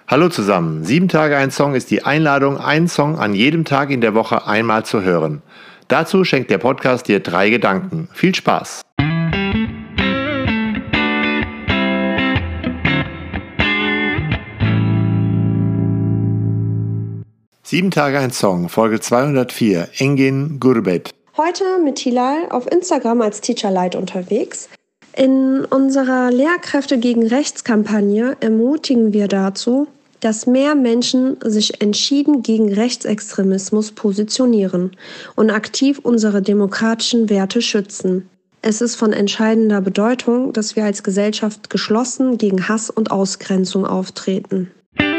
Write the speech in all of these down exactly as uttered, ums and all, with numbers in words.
Hallo zusammen, sieben Tage ein Song ist die Einladung, einen Song an jedem Tag in der Woche einmal zu hören. Dazu schenkt der Podcast dir drei Gedanken. Viel Spaß! Sieben Tage ein Song, Folge zweihundertvier, Engin Gurbet. Heute mit Hilal auf Instagram als Teacher Light unterwegs. In unserer Lehrkräfte gegen Rechts-Kampagne ermutigen wir dazu, dass mehr Menschen sich entschieden gegen Rechtsextremismus positionieren und aktiv unsere demokratischen Werte schützen. Es ist von entscheidender Bedeutung, dass wir als Gesellschaft geschlossen gegen Hass und Ausgrenzung auftreten.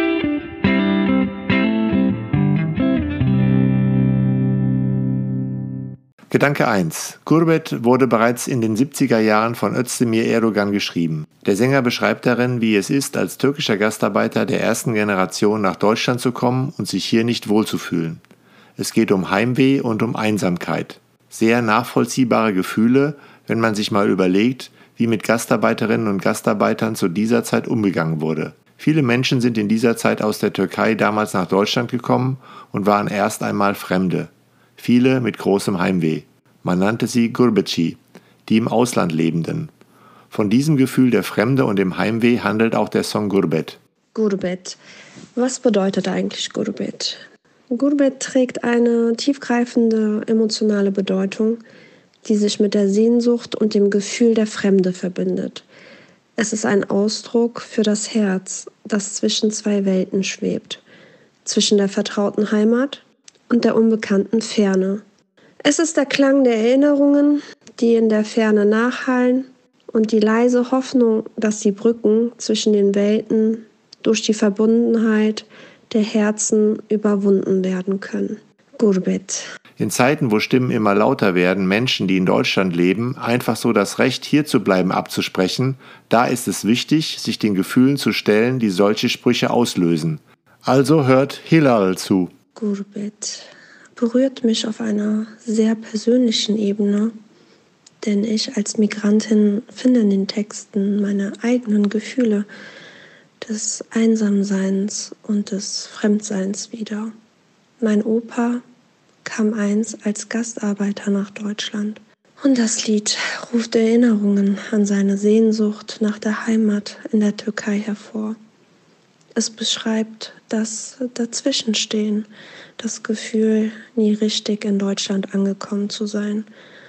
Gedanke eins. Gurbet wurde bereits in den siebziger Jahren von Özdemir Erdogan geschrieben. Der Sänger beschreibt darin, wie es ist, als türkischer Gastarbeiter der ersten Generation nach Deutschland zu kommen und sich hier nicht wohlzufühlen. Es geht um Heimweh und um Einsamkeit. Sehr nachvollziehbare Gefühle, wenn man sich mal überlegt, wie mit Gastarbeiterinnen und Gastarbeitern zu dieser Zeit umgegangen wurde. Viele Menschen sind in dieser Zeit aus der Türkei damals nach Deutschland gekommen und waren erst einmal Fremde. Viele mit großem Heimweh. Man nannte sie Gurbetçi, die im Ausland Lebenden. Von diesem Gefühl der Fremde und dem Heimweh handelt auch der Song Gurbet. Gurbet. Was bedeutet eigentlich Gurbet? Gurbet trägt eine tiefgreifende emotionale Bedeutung, die sich mit der Sehnsucht und dem Gefühl der Fremde verbindet. Es ist ein Ausdruck für das Herz, das zwischen zwei Welten schwebt. Zwischen der vertrauten Heimat und der unbekannten Ferne. Es ist der Klang der Erinnerungen, die in der Ferne nachhallen und die leise Hoffnung, dass die Brücken zwischen den Welten durch die Verbundenheit der Herzen überwunden werden können. Gurbet. In Zeiten, wo Stimmen immer lauter werden, Menschen, die in Deutschland leben, einfach so das Recht, hier zu bleiben, abzusprechen, da ist es wichtig, sich den Gefühlen zu stellen, die solche Sprüche auslösen. Also hört Hilal zu. Gurbet berührt mich auf einer sehr persönlichen Ebene, denn ich als Migrantin finde in den Texten meine eigenen Gefühle des Einsamseins und des Fremdseins wieder. Mein Opa kam einst als Gastarbeiter nach Deutschland und das Lied ruft Erinnerungen an seine Sehnsucht nach der Heimat in der Türkei hervor. Es beschreibt das Dazwischenstehen, das Gefühl, nie richtig in Deutschland angekommen zu sein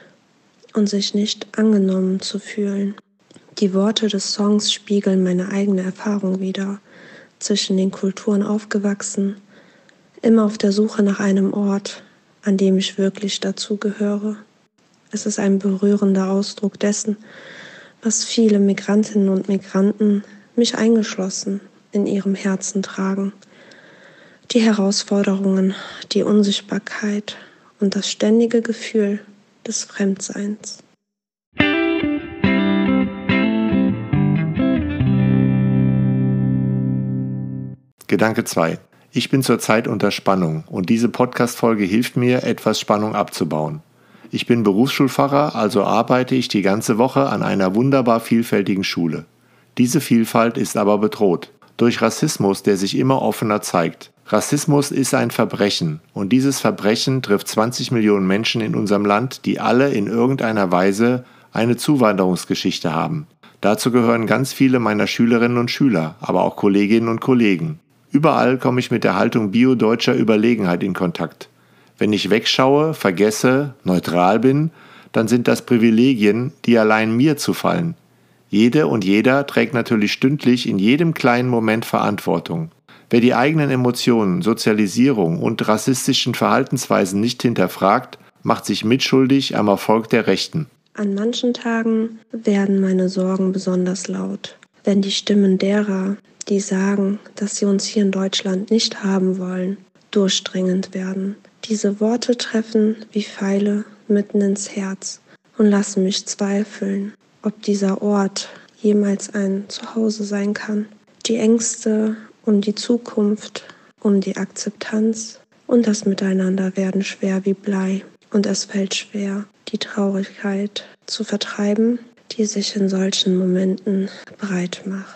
und sich nicht angenommen zu fühlen. Die Worte des Songs spiegeln meine eigene Erfahrung wider, zwischen den Kulturen aufgewachsen, immer auf der Suche nach einem Ort, an dem ich wirklich dazugehöre. Es ist ein berührender Ausdruck dessen, was viele Migrantinnen und Migranten, mich eingeschlossen, in ihrem Herzen tragen. Die Herausforderungen, die Unsichtbarkeit und das ständige Gefühl des Fremdseins. Gedanke zwei. Ich bin zurzeit unter Spannung und diese Podcast-Folge hilft mir, etwas Spannung abzubauen. Ich bin Berufsschulpfarrer, also arbeite ich die ganze Woche an einer wunderbar vielfältigen Schule. Diese Vielfalt ist aber bedroht durch Rassismus, der sich immer offener zeigt. Rassismus ist ein Verbrechen und dieses Verbrechen trifft zwanzig Millionen Menschen in unserem Land, die alle in irgendeiner Weise eine Zuwanderungsgeschichte haben. Dazu gehören ganz viele meiner Schülerinnen und Schüler, aber auch Kolleginnen und Kollegen. Überall komme ich mit der Haltung bio-deutscher Überlegenheit in Kontakt. Wenn ich wegschaue, vergesse, neutral bin, dann sind das Privilegien, die allein mir zufallen. Jede und jeder trägt natürlich stündlich in jedem kleinen Moment Verantwortung. Wer die eigenen Emotionen, Sozialisierung und rassistischen Verhaltensweisen nicht hinterfragt, macht sich mitschuldig am Erfolg der Rechten. An manchen Tagen werden meine Sorgen besonders laut, wenn die Stimmen derer, die sagen, dass sie uns hier in Deutschland nicht haben wollen, durchdringend werden. Diese Worte treffen wie Pfeile mitten ins Herz und lassen mich zweifeln, ob dieser Ort jemals ein Zuhause sein kann. Die Ängste um die Zukunft, um die Akzeptanz und das Miteinander werden schwer wie Blei. Und es fällt schwer, die Traurigkeit zu vertreiben, die sich in solchen Momenten breit macht.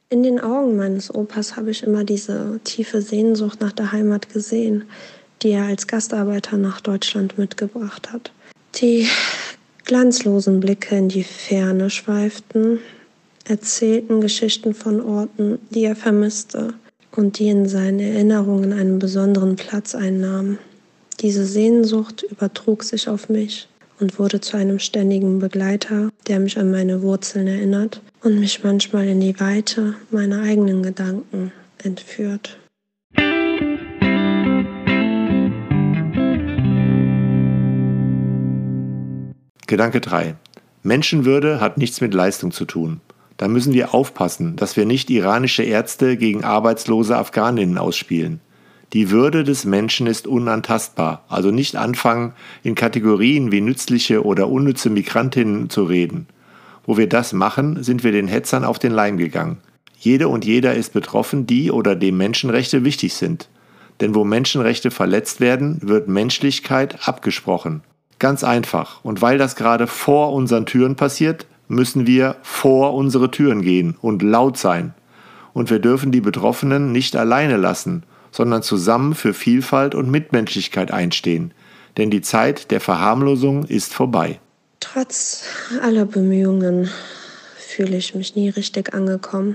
In den Augen meines Opas habe ich immer diese tiefe Sehnsucht nach der Heimat gesehen, die er als Gastarbeiter nach Deutschland mitgebracht hat. Die glanzlosen Blicke in die Ferne schweiften, erzählten Geschichten von Orten, die er vermisste und die in seinen Erinnerungen einen besonderen Platz einnahmen. Diese Sehnsucht übertrug sich auf mich und wurde zu einem ständigen Begleiter, der mich an meine Wurzeln erinnert und mich manchmal in die Weite meiner eigenen Gedanken entführt. Gedanke drei. Menschenwürde hat nichts mit Leistung zu tun. Da müssen wir aufpassen, dass wir nicht iranische Ärzte gegen arbeitslose Afghaninnen ausspielen. Die Würde des Menschen ist unantastbar, also nicht anfangen, in Kategorien wie nützliche oder unnütze Migrantinnen zu reden. Wo wir das machen, sind wir den Hetzern auf den Leim gegangen. Jede und jeder ist betroffen, die oder dem Menschenrechte wichtig sind. Denn wo Menschenrechte verletzt werden, wird Menschlichkeit abgesprochen. Ganz einfach. Und weil das gerade vor unseren Türen passiert, müssen wir vor unsere Türen gehen und laut sein. Und wir dürfen die Betroffenen nicht alleine lassen, sondern zusammen für Vielfalt und Mitmenschlichkeit einstehen. Denn die Zeit der Verharmlosung ist vorbei. Trotz aller Bemühungen fühle ich mich nie richtig angekommen.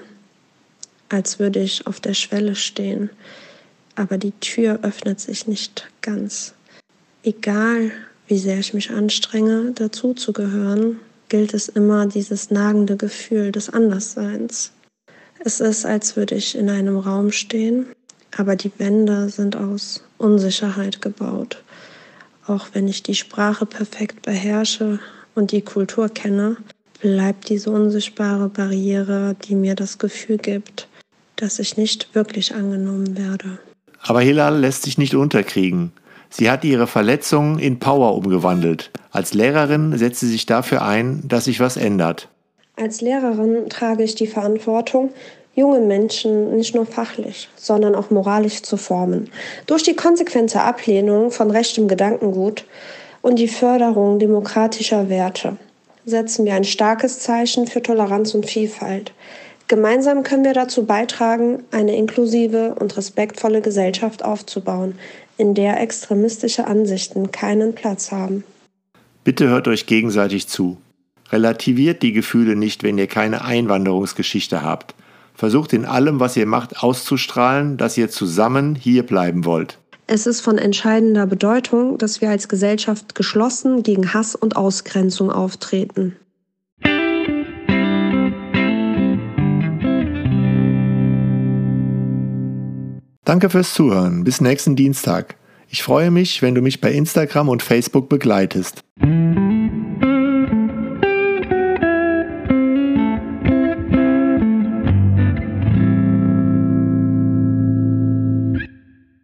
Als würde ich auf der Schwelle stehen. Aber die Tür öffnet sich nicht ganz. Egal, wie sehr ich mich anstrenge, dazuzugehören, gilt es immer dieses nagende Gefühl des Andersseins. Es ist, als würde ich in einem Raum stehen, aber die Wände sind aus Unsicherheit gebaut. Auch wenn ich die Sprache perfekt beherrsche und die Kultur kenne, bleibt diese unsichtbare Barriere, die mir das Gefühl gibt, dass ich nicht wirklich angenommen werde. Aber Hilal lässt sich nicht unterkriegen. Sie hat ihre Verletzungen in Power umgewandelt. Als Lehrerin setzt sie sich dafür ein, dass sich was ändert. Als Lehrerin trage ich die Verantwortung, junge Menschen nicht nur fachlich, sondern auch moralisch zu formen. Durch die konsequente Ablehnung von rechtem Gedankengut und die Förderung demokratischer Werte setzen wir ein starkes Zeichen für Toleranz und Vielfalt. Gemeinsam können wir dazu beitragen, eine inklusive und respektvolle Gesellschaft aufzubauen, in der extremistische Ansichten keinen Platz haben. Bitte hört euch gegenseitig zu. Relativiert die Gefühle nicht, wenn ihr keine Einwanderungsgeschichte habt. Versucht in allem, was ihr macht, auszustrahlen, dass ihr zusammen hier bleiben wollt. Es ist von entscheidender Bedeutung, dass wir als Gesellschaft geschlossen gegen Hass und Ausgrenzung auftreten. Danke fürs Zuhören. Bis nächsten Dienstag. Ich freue mich, wenn du mich bei Instagram und Facebook begleitest.